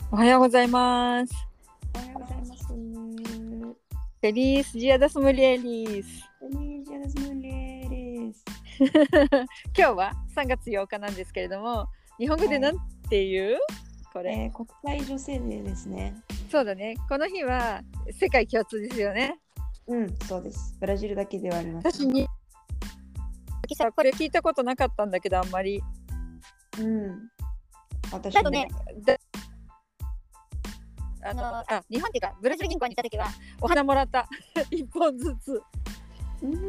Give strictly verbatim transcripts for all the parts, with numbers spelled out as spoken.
おはようございます。 おはようございます。 Feliz Dia das Mulheres。 Feliz Dia das Mulheres。 今日はさんがつようかなんですけれども、日本語でなんていう、はい、これ、 えー、国際女性デーですね。 そうだね。この日は世界共通ですよね。 うん、そうです。ブラジルだけではありません。 私にこれ聞いたことなかったんだけど、あんまり。 うん。私もね。 あのあ日本っていうかブラジル銀行に行った時はお花もらったいっぽんずつ。 うん。うん。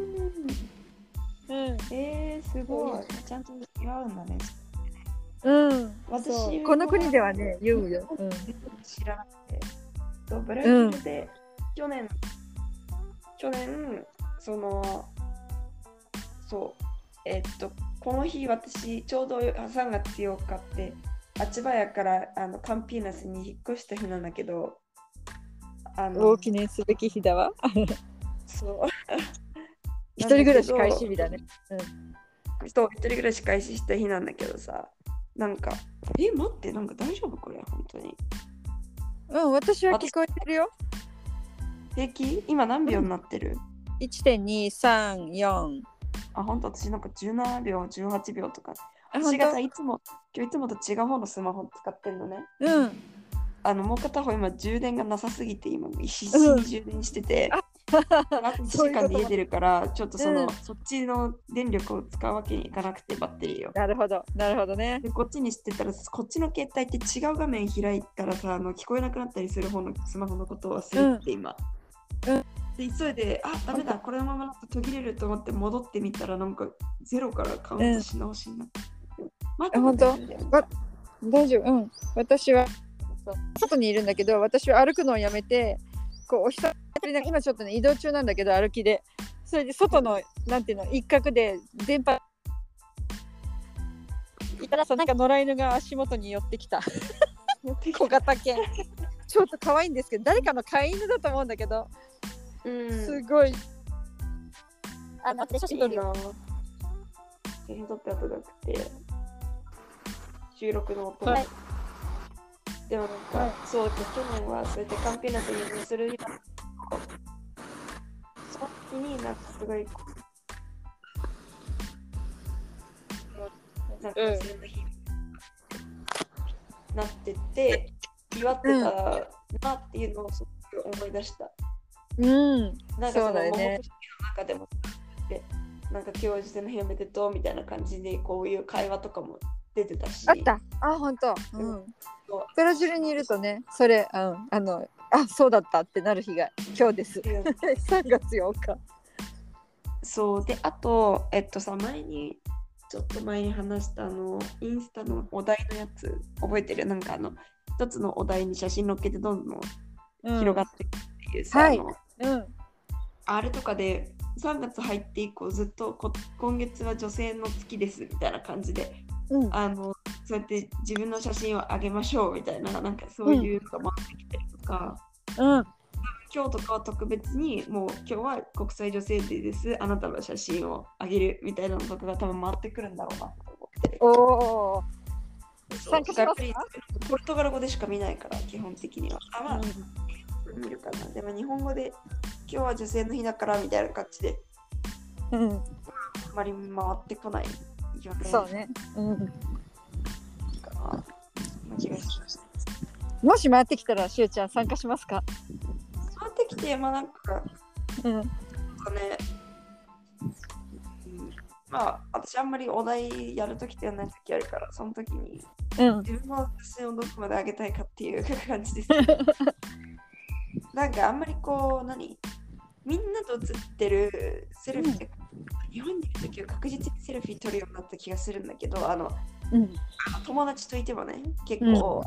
えー、すごい。ちゃんと祝うんだね。 うん。 私この国ではね言うよ。うん、 知らなくて。そうブラジルで、うん、去年去年そのそうえー、っとこの日私ちょうどさんがつようかってアチバヤからあのカンピーナスに引っ越した日なんだけど、 あの大記念すべき日だわ。 そう一人暮らし開始日だね。 うん、そう一人暮らし開始した日なんだけどさ、なんかえ待ってなんか大丈夫これ本当に。 うん、私は聞こえてるよ。 平気？今何秒になってる？ うん、いってんにさんよん。 あ、本当私なんかじゅうななびょうじゅうはちびょうとか。私がさいつも今日いつもと違う方のスマホ使ってんのね。 うん。 あのもう片方今充電がなさすぎて今必死に充電してて、うん、あといちじかんで家出るからちょっとその、うん、そっちの電力を使うわけにいかなくてバッテリーを。 なるほどなるほどね。でこっちにしてたらこっちの携帯って違う画面開いたらさあの聞こえなくなったりする方のスマホのことを忘れて今。うんうんで急いで、あ、ダメだ、これのままだと途切れると思って戻ってみたらなんかゼロからカウントし直しになって、うん、ま本当？大丈夫。うん。私は外にいるんだけど、私は歩くのをやめて、こうお日様今ちょっとね移動中なんだけど歩きで、それで外の、うん、なんていうの一角で電波いたらさなんか野良犬が足元に寄ってきた。小型犬。ちょっと可愛いんですけど、誰かの飼い犬だと思うんだけど。うん、すごい。 あの、写真撮るよ。写真撮って後だくて、収録の音。はい、でもなんか、はい、そう、去年はそうやってカンピーナスにする日だった。その時になんかすごい、なんか自分の日になってて、祝ってたなっていうのをすごく思い出した。 うん、 なんかその桃の中でもでなんか今日自然の日おめでとうみたいな感じでこういう会話とかも出てたし。 あった。あ、本当。うん。ブラジルにいるとね、それ、うん、あの、あ、そうだったってなる日が今日です。さんがつようか。 そうで、あとえっとさ前にちょっと前に話したあのインスタのお題のやつ覚えてる？なんかあの一つのお題に写真載っけてどんどん広がっていくっていうさ、うん、はい、うん、あれとかでさんがつ入って以降ずっとこ今月は女性の月ですみたいな感じで、うん、あのそうやって自分の写真をあげましょうみたいななんかそういうのが回ってきたりとか、うん、今日とかは特別にもう今日は国際女性デーですあなたの写真をあげるみたいなのとかが多分回ってくるんだろうなと思って。おー、参加しますか？ポルトガル語でしか見ないから基本的には。あ、まあ、うん、見るかな。でも日本語で今日は女性の日だからみたいな感じで、うん、あまり回ってこないよね。 そうね。うん。 かな。間違いしました。 もし回ってきたらしゅうちゃん参加しますか？ 回ってきてまあなんか、うん、なんかね、うん、まあ私あんまりお題やるときってやらないときあるからその時に、うん、自分の写真をどこまで上げたいかっていう感じです。なんかあんまりこう何みんなと写ってるセルフィー、うん、日本にいるときは確実にセルフィー撮るようになった気がするんだけど、あの、うん、あの友達といてもね結構、うん、あの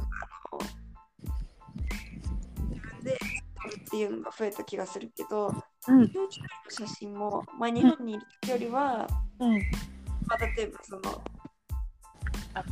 自分で撮るっていうのが増えた気がするけど、うん、日本の写真も、まあ、日本にいるときよりは、うんまあ、例えばそのあ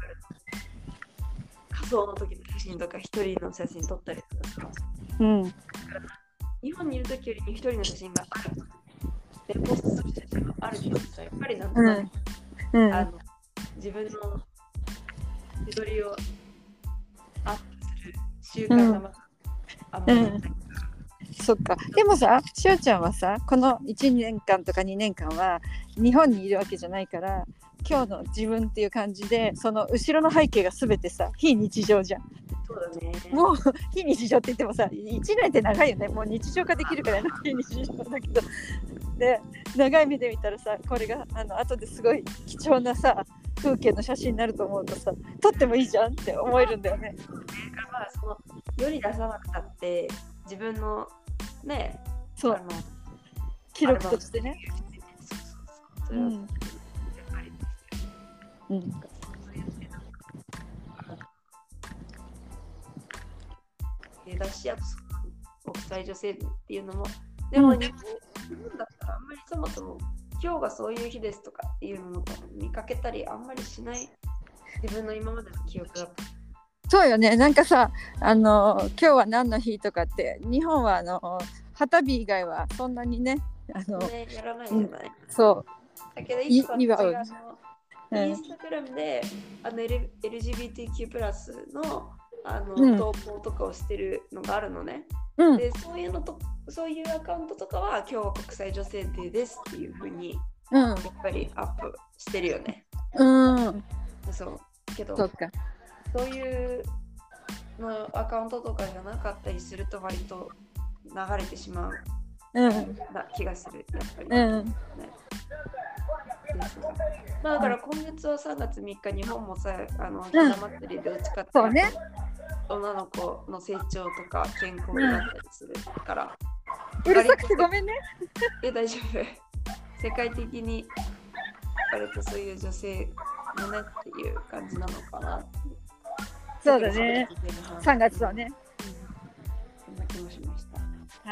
仮装の時の写真とか一人の写真撮ったりとかさ、うん、日本にいるときよりに一人の写真があるでポストする写真があるけどさ、やっぱりなんとなく、うんうん、あの自分の自撮りをアップする習慣がま、あんまりない、うん、 そっか。でもさ、しおちゃんはさ、このいちねんかんとかにねんかんは日本にいるわけじゃないから、今日の自分っていう感じで、その後ろの背景が全てさ、非日常じゃん。 そうだね。 もう非日常って言ってもさ、いちねんって長いよね。もう日常化できるから非日常だけど。で、長い目で見たらさ、これがあの後ですごい貴重なさ、風景の写真になると思うとさ、撮ってもいいじゃんって思えるんだよね。 まあ、その世に出さなくたって自分のね、 そうあの記録としてね。そうそうそう。それは、うん、やっぱり、うん。 だし、あと国際女性っていうのも、でも日本だったらあんまりそもそも今日がそういう日ですとかっていうのを見かけたりあんまりしない自分の今までの記憶だった。 そうよね。なんかさ、あの今日は何の日とかって日本はあの旗日以外はそんなにね、あのねやらないじゃない。うん、 そう。 だけどいつか祝う。 インスタグラムであの エルジービーティーキュー プラスのあの、うん、投稿とかをしてるのがあるのね。うん、でそういうのとそういうアカウントとかは今日は国際女性デーですっていう風に、うん、やっぱりアップしてるよね。うん。そうけどそうかそういうのアカウントとかじゃなかったりすると割と流れてしまう、うん、な気がするやっぱり、うんね。まあ、だから今月はさんがつみっか日本もさあのひな祭りで打ち勝って、うんね、女の子の成長とか健康になったりするから、 うん、うるさくてごめんね。 え大丈夫。世界的に割とそういう女性のねっていう感じなのかな。 そうだね。さんがつはね、 うん、そんな気もしました。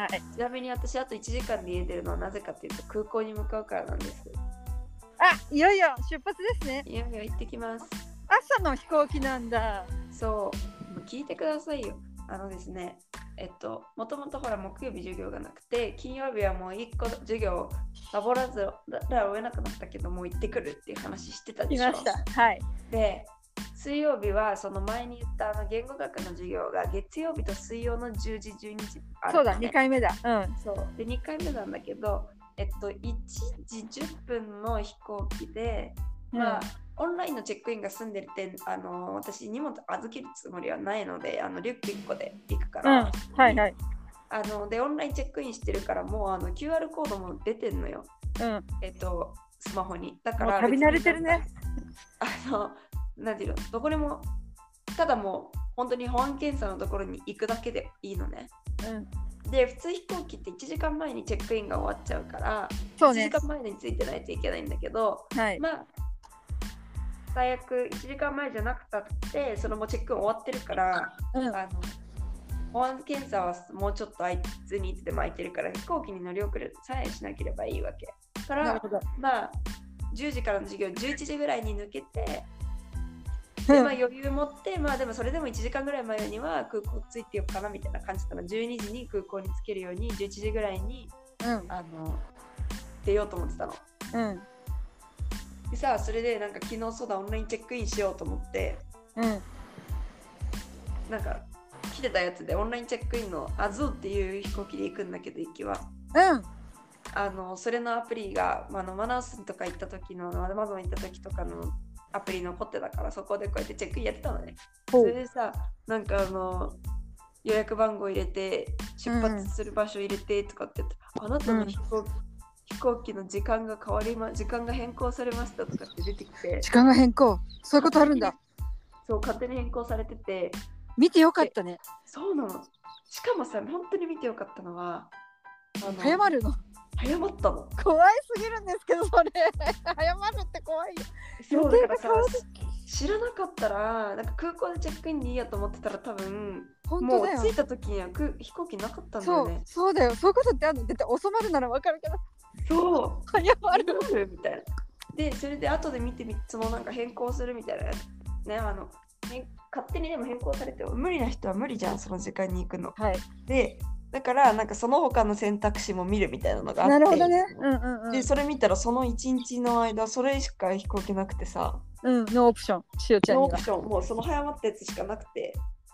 はい。 ちなみに私あといちじかんで家出るのはなぜかというと空港に向かうからなんです。 あ、いよいよ出発ですね。 いよいよ行ってきます。 朝の飛行機なんだ。 そう。もう聞いてくださいよ。あのですね、えっと、もともとほら木曜日授業がなくて、金曜日はもういっこ授業サボらずら追えなくなったけど、もう行ってくるっていう話してたでしょ。 いました。はい。 で、水曜日はその前に言ったあの言語学の授業が月曜日と水曜のじゅうじ、じゅうにじある、ね。 そうだ、にかいめだ。うん。 そう。で、にかいめなんだけど、えっと、いちじじゅっぷんの飛行機で、まあ、うん、オンラインのチェックインが済んでるって、あの私、荷物預けるつもりはないので、あのリュックいっこで行くから、うん、 はいはい。 あので、オンラインチェックインしてるから、もうあの キューアール コードも出てんのよ、うん、えっと、スマホに。だから、 旅慣れてるね。 あの、なんていうの、どこでも、ただもう、本当に保安検査のところに行くだけでいいのね。うんで普通飛行機っていちじかんまえにチェックインが終わっちゃうから、そうね、いちじかんまえについてないといけないんだけど、はい、まあ最悪いちじかんまえじゃなくたってそのもうチェックイン終わってるから、うん、あの保安検査はもうちょっとあいつにいつでも空いてるから飛行機に乗り遅れさえしなければいいわけだからまあじゅうじからの授業じゅういちじぐらいに抜けてでまあ、余裕持って、まあでもそれでもいちじかんぐらい前には空港着いてよっかなみたいな感じだったの。じゅうにじに空港に着けるようにじゅういちじぐらいに、うん、あの出ようと思ってたの。うん、でさ、それでなんか昨日そうだオンラインチェックインしようと思って、うん、なんか来てたやつでオンラインチェックインのアズーっていう飛行機で行くんだけど行きは。うんあのそれのアプリが、まあ、のマナウスとか行った時のアマゾン行った時とかのアプリ残ってたからそこでこうやってチェックインやってたのね。それでさなんかあの予約番号入れて出発する場所入れてとかって言って、うん、あなたの飛行、うん、飛行機の時間が変わりま時間が変更されましたとかって出てきて時間が変更そういうことあるんだ。 そう勝手に変更されてて見てよかったね。 そうなの。しかもさ本当に見てよかったのはあの早まるの早まったの怖いすぎるんですけどそれ早まるって怖いよ。 そうだからさ知らなかったらなんか空港でチェックインでいいやと思ってたら多分もう着いた時には飛行機なかったんだよね。 そう、そうだよ。そういうことってあるの。だって収まるならわかるけどそう早まるみたいな。でそれで後で見てみそのなんか変更するみたいなねあの勝手にでも変更されて無理な人は無理じゃんその時間に行くの。はい、でだからなんかその他の選択肢も見るみたいなのがあって。 なるほどね。うんうんうん、 でそれ見たらそのいちにちの間それしか飛行機なくてさ。 うんノーオプション。しおちゃんにはノーオプションもうその早まったやつしかなくて。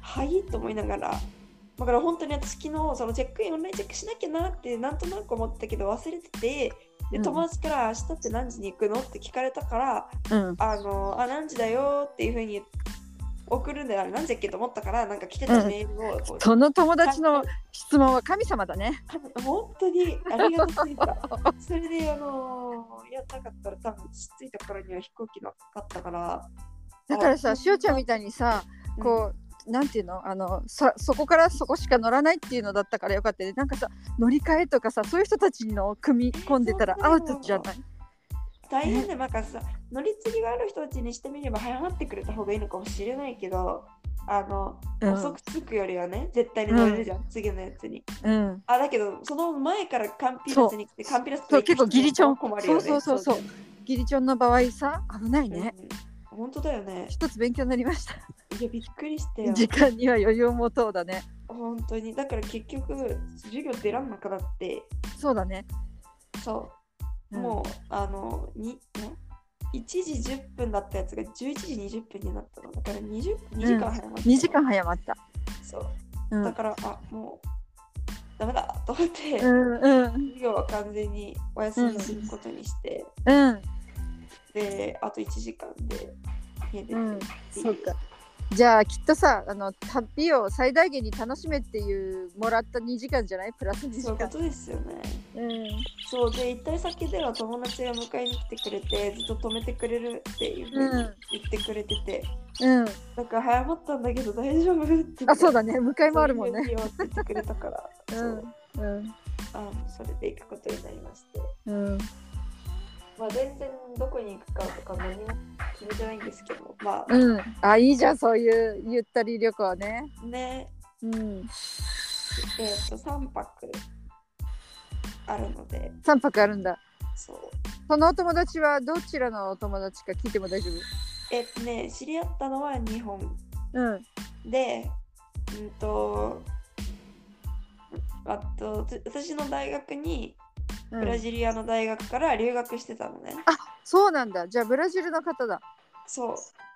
はいと思いながら、だから本当に私昨日そのチェックインオンラインチェックしなきゃなってなんとなく思ったけど忘れてて、でうん友達から明日って何時に行くのって聞かれたから、 うんあのあ何時だよっていうふうに送るんだよ、何時だっけと思ったから、なんか来てたメールをこう、 その友達の質問は神様だね。 本当にありがとすぎた。それであのー、やったかったら多分着いた頃には飛行機なかったから。 だからさ、しおちゃんみたいにさ、こう、なんていうの、あのさそこからそこしか乗らないっていうのだったからよかったね。なんかさ、乗り換えとかさ、そういう人たちの組み込んでたらアウトじゃない。 大変で、なんかさ、乗り継ぎがある人たちにしてみれば早まってくれた方がいいのかもしれないけど、あの、うん、遅く着くよりはね、絶対に乗れるじゃん、うん、次のやつに。 うん。 あ、だけど、その前からカンピラスに来て、カンピラスと結構ギリチョン、 困るよね。 そうそうそうそう。ギリチョンの場合さ、危ないね。 うん、本当だよね。 一つ勉強になりました。 いや、びっくりしてよ。 時間には余裕を持とうだね。 本当に。だから結局、授業出らんなくなって。 そうだね。 そう。うん、もう、あの、に、ね。いちじじゅっぷんだったやつがじゅういちじにじゅっぷんになったのだからにじゅう、にじかん早まった、うん、 にじかん早まった。 そう、うん、だからあもうダメだと思って、 うんうん、 授業は完全にお休みすることにして、 うん、 であといちじかんで家出て、うん、 そうか。じゃあきっとさ、あの旅を最大限に楽しめっていうもらったにじかんじゃない？プラスにじかん。 そういうことですよね。 うん、 そうで、行った先では友達が迎えに来てくれて、ずっと止めてくれるっていうふうに言ってくれてて、 うん、 だから早まったんだけど大丈夫ってあ、そうだね、迎えもあるもんね。 って言ってくれたから、 うん、うん、 あそれで行くことになりまして。 うん、 まあ、全然どこに行くかとか何も決めてないんですけど、まあ、 うん、あ、いいじゃん、そういうゆったり旅行ね。 ね。 うん。 えっと、さんぱくあるので。 さんぱくあるんだ。 そう。 そのお友達はどちらのお友達か聞いても大丈夫？ えっとね、知り合ったのは日本。 うん。 で、うんと、あと、私の大学に、ブラジリアの大学から留学してたのね。 うん、あ、そうなんだ。じゃあブラジルの方だ。 そう。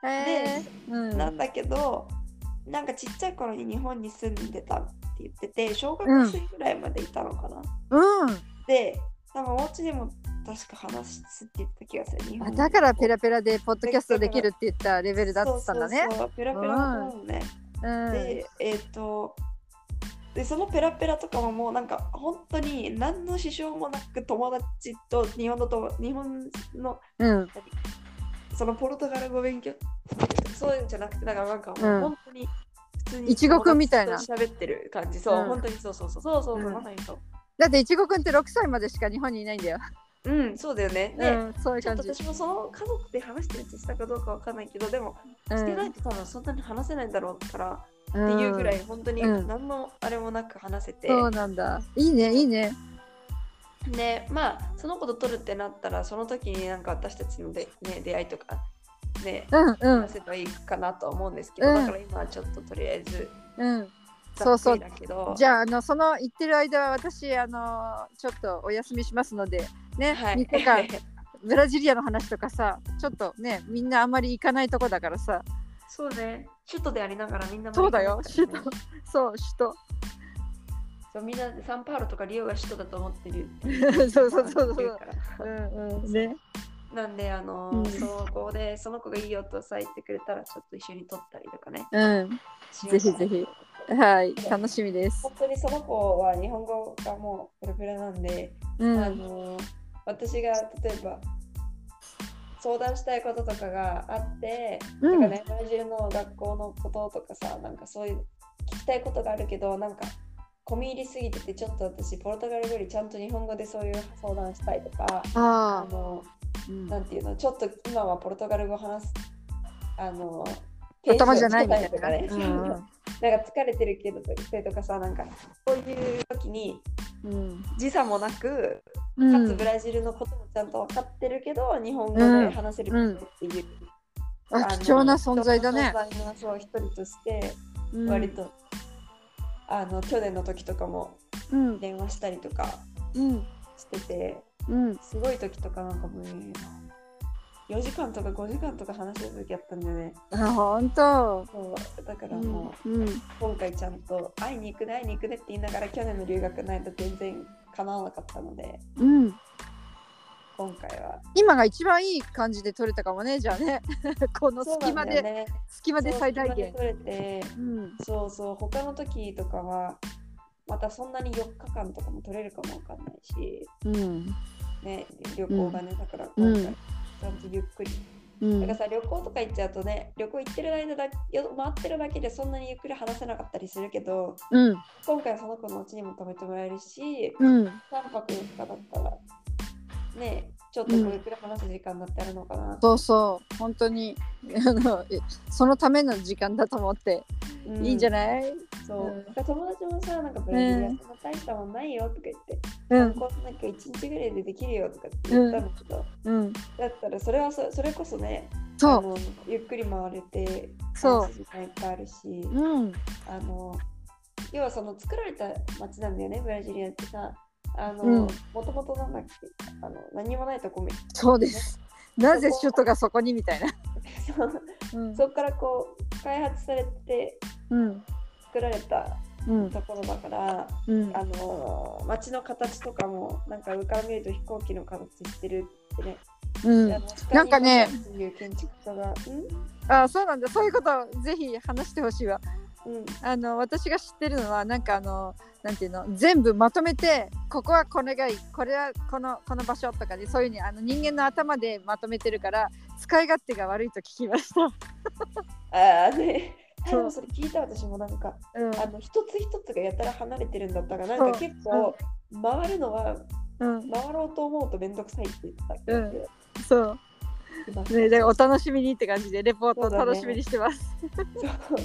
へー、 で、 うん、 なんだけど、なんかちっちゃい頃に日本に住んでたって言ってて、小学生ぐらいまでいたのかな。 うん。 で、多分お家でも確か話すって言った気がする。日本だからペラペラでポッドキャストできるって言ったレベルだったんだね。 そうそうそう、ペラペラだと思うね。 うん、 で、えっ、ー、と、でそのペラペラとかももうなんか本当に何の支障もなく友達と日本のと日本の、 うん、 そのポルトガル語勉強そういうんじゃなくて、だからなんかもう本当に普通にいちごくんみたいな喋ってる感じ。そう、うん、本当にそうそうそうそうそう、うん、まさにそう。 だっていちごくんってろくさいまでしか日本にいないんだよ。 うん、そうだよね。で、 うん、そういう感じ。 ちょっと私もその家族で話してるってしたかどうかわかんないけど、でも、してないと多分そんなに話せないんだろうから、うん、っていうぐらい本当に何のあれもなく話せて、 うん、そうなんだ。いいね、いいね。 で、まあその子と撮るってなったら、その時になんか私たちので、ね、出会いとかね、うんうん、話せばいいかなと思うんですけど、うん、だから今はちょっととりあえず、 うん、そうそう。じゃあ、あのその行ってる間は私あのちょっとお休みしますのでね、はい、みっかかんブラジリアの話とかさ、ちょっとね、みんなあんまり行かないとこだからさ。 そうね、首都でありながらみんな、 ね、そうだよ、首都。そう、首都。 そう、みんなサンパウロとかリオが首都だと思ってる。 そうそうそうそう。うんうんね。 なんで、あのーうん、その子でその子がいいよとさ言ってくれたらちょっと一緒に撮ったりとかね。 うん。ぜひぜひ。はい、楽しみです。 本当にその子は日本語がもうペラペラなんで、うん、あのー、私が例えば相談したいこととかがあって、うん、とかね、ブラジルの学校のこととかさ、なんかそういう聞きたいことがあるけど、なんか込み入りすぎてて、ちょっと私ポルトガルよりちゃんと日本語でそういう相談したいとか、あの、うん、なんていうの、ちょっと今はポルトガル語話すあの頭じゃないみたいなね。うん、なんか疲れてるけどとかさ、なんかこういう時に、うん、時差もなく、うん、かつブラジルのこともちゃんと分かってるけど、日本語で話せるっていう、 うんうん、あ、貴重な存在だね。 貴重な存在の一人として割と、うん、あの去年の時とかも電話したりとかしてて、うん、すごい時とかなんかもう、ね、 よじかんとかごじかんとか話してる時あったんだよね。 あ、ほんと。 そうだからもう、 うん、うん、 今回ちゃんと会いに行くね会いに行くねって言いながら去年の留学の間全然叶わなかったので、 うん。 今回は今が一番いい感じで撮れたかもね、じゃあね。この隙間で、 ね、 隙間で最大限。 そう、隙間で撮れて、 うん、 そうそう、他の時とかはまたそんなによっかかんとかも撮れるかもわかんないし、 うん、 ね、旅行がね、だからうん今回ちゃんとゆっくり。 うん、 だからさ、旅行とか行っちゃうとね、旅行行ってる間だよ回ってるだけでそんなにゆっくり話せなかったりするけど、 うん、 今回はその子の家にも泊めてもらえるし、 うん。 さんぱくよっかだったらね、ちょっとこうゆっくり話す時間だってあるのかな、 うん、そうそう、本当にあのそのための時間だと思って、うん、いいんじゃない？ そう、 うん、 友達もさ、なんかブラジルやそんな大したもんないよとか言って、 うん、 こんなんかいちにちぐらいでできるよとかって言ったんだけど、 うんうん、 だったらそれは そ, それこそね、 そうあのゆっくり回れて、 そう話す時間いっぱいあるし、 うん、 あの要はその作られた街なんだよね、ブラジリアってさ。あの、 うん、 もともとなんだっけ、あの何もないとこみたいな、ね、 そうです。なぜ首都がそこにみたいな。 そう、うん、そこからこう開発されて作られたところだから、うん、あの街の形とかもなんか上から見ると飛行機の形してるってね。 うん、なんかね、 建築家が、 うん、あ、そうなんだ。そういうことをぜひ話してほしいわ。うん、あの私が知ってるのはなんかあのなんていうの、全部まとめて、ここはこれがいい、これはこのこの場所とかで、そういうにあの人間の頭でまとめてるから使い勝手が悪いと聞きました。 ああね、でもそれ聞いた私もなんか、うん、あの一つ一つがやたら離れてるんだったから、なんか結構回るのは、うん、回ろうと思うとめんどくさいって言ってたけど、うん、そうね、でお楽しみにって感じでレポートを楽しみにしてます。 そう、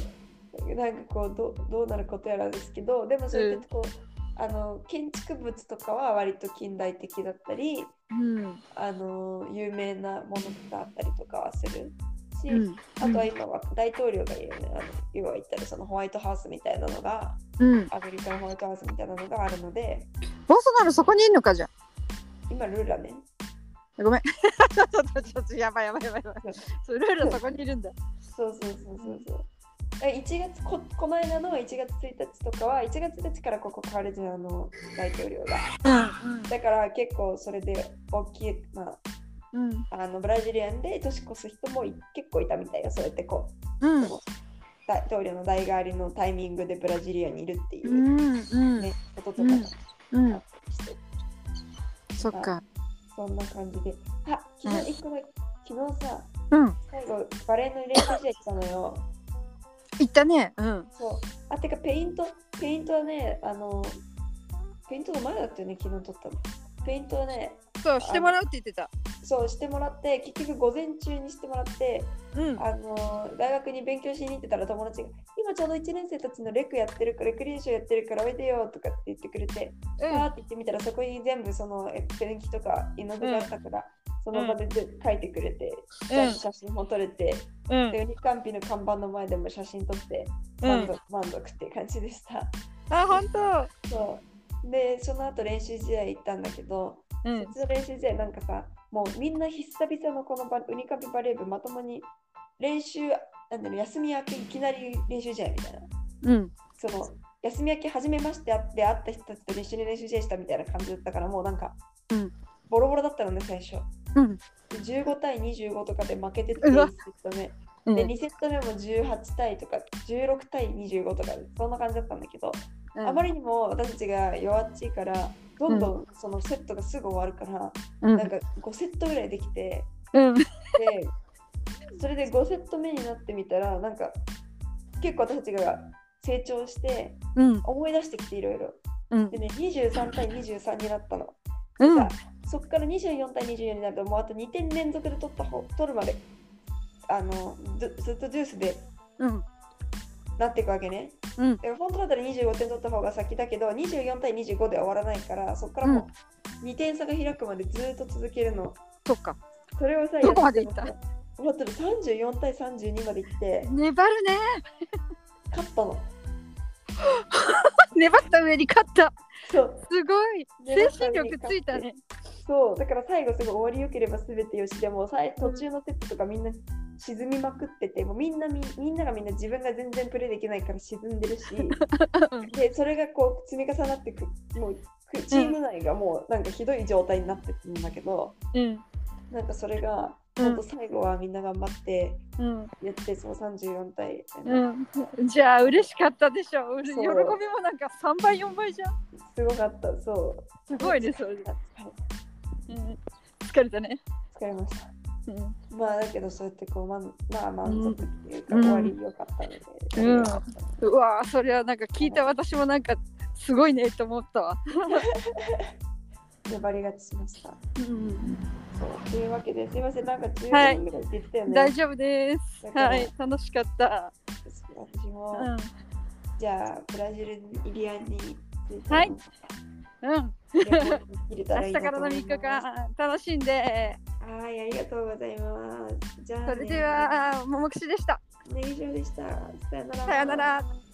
なんかこう ど, どうなることやらですけど、でもそうやってこう、うん、あの建築物とかは割と近代的だったり、うん、あの有名なものがあったりとかはするし、うん、あとは今は大統領がいるね、あの要は言ったらそのホワイトハウスみたいなのが、うん、アメリカのホワイトハウスみたいなのがあるので、 ボソナロそこにいるのかじゃ。 今ルーラね。 ごめん。ちょっとちょっとやばいやばいやばいやばい。そうルーラそこにいるんだ。 そうそうそうそうそう。いちがつ こ, この間のいちがつついたちとかはいちがつついたちからここ変わるじゃん、あの大統領が、うんうん、だから結構それで大きい、まあうん、あのブラジリアンで年越す人も結構いたみたいよ。そうやってこう、うん、大統領の代替わりのタイミングでブラジリアンにいるっていう、うんうんね、こととかがあったりして、 うん、そっか、 そんな感じで、あ、昨日一個だけ、昨日さ、うん、最後バレーの練習試合したのよ。 行ったね。うん。 そう。あ、てかペイント、ペイントはね、あの、ペイントの前だったよね、昨日撮ったの。ペイントはね、 そう、してもらうって言ってた。 そう、してもらって、結局午前中にしてもらって、うん、あの、大学に勉強しに行ってたら友達が、今ちょうどいちねん生たちのレクやってるから、レクリエーションやってるからおいでよとかって言ってくれて、うん、パーって言ってみたら、そこに全部そのペンキとか絵の具があったから、うん、その場で書いてくれて、うん、写真も撮れて、うん、でウニカンピの看板の前でも写真撮って満足、うん、満足っていう感じでした。 あ、本当。 そうで、その後練習試合行ったんだけど、うん、その練習試合なんかさ、もうみんな久々のこのウニカンピバレー部まともに練習、なんだろう、休み明けいきなり練習試合みたいな、うん、その休み明け初めましてで会った人たちと一緒に練習試合したみたいな感じだったから、もうなんか、うん、ボロボロだったのね最初、うん、じゅうごたいにじゅうごとかで負けてて、いちセット目、うん、でにセット目もじゅうはちたいとかじゅうろくたいにじゅうごとかでそんな感じだったんだけど、うん、あまりにも私たちが弱っちいからどんどんそのセットがすぐ終わるから、うん、なんかごセットぐらいできて、うん、でそれでごセット目になってみたらなんか結構私たちが成長して思い出してきていろいろ、でね、にじゅうさんたいにじゅうさんになったの、うん、さそこからにじゅうよんたいにじゅうよんになるともうあとにてん連続で取った方取るまであのず, ずっとジュースで、うん、なっていくわけね、うん、で本当だったらにじゅうごてん取った方が先だけどにじゅうよんたいにじゅうごで終わらないからそこからもうにてん差が開くまでずっと続けるの、 そっか、 それをさどこまでいった？ 終わったらさんじゅうよんたいさんじゅうにまでいって粘るね勝ったの粘った上に勝った、 そうすごい精神力ついたね。 そうだから最後すごい終わりよければ全てよしでも最途中のセットとかみんな沈みまくっててもうみんなみみんながみんな自分が全然プレイできないから沈んでるしでそれがこう積み重なってくもうチーム内がもうなんかひどい状態になってるんだけど、 うん、 なんかそれが本当最後はみんな頑張ってうんやってそうさんじゅうよんたい、 うん、じゃあ嬉しかったでしょ。喜びもなんかさんばいよんばいじゃん。 すごかった。そうすごいねそれ、うん、疲れたね。 疲れました、 うん、 まあだけどそうやってこう、まあ、まあ満足っていうか、うん、終わり良かったので、 うん、うわそれはなんか聞いた私もなんかすごいねと思ったわ粘り勝ちしました、 うんそうというわけですいませんなんかじゅうごふんぐらいって言ってたよね、 はい、大丈夫ですはい楽しかった私も、 うん、 じゃあブラジルイリアンについてはいうん明日からのみっかかん楽しんではいありがとうございますじゃあ、ね、 それではももくしでしたね以上でしたさよならさよなら。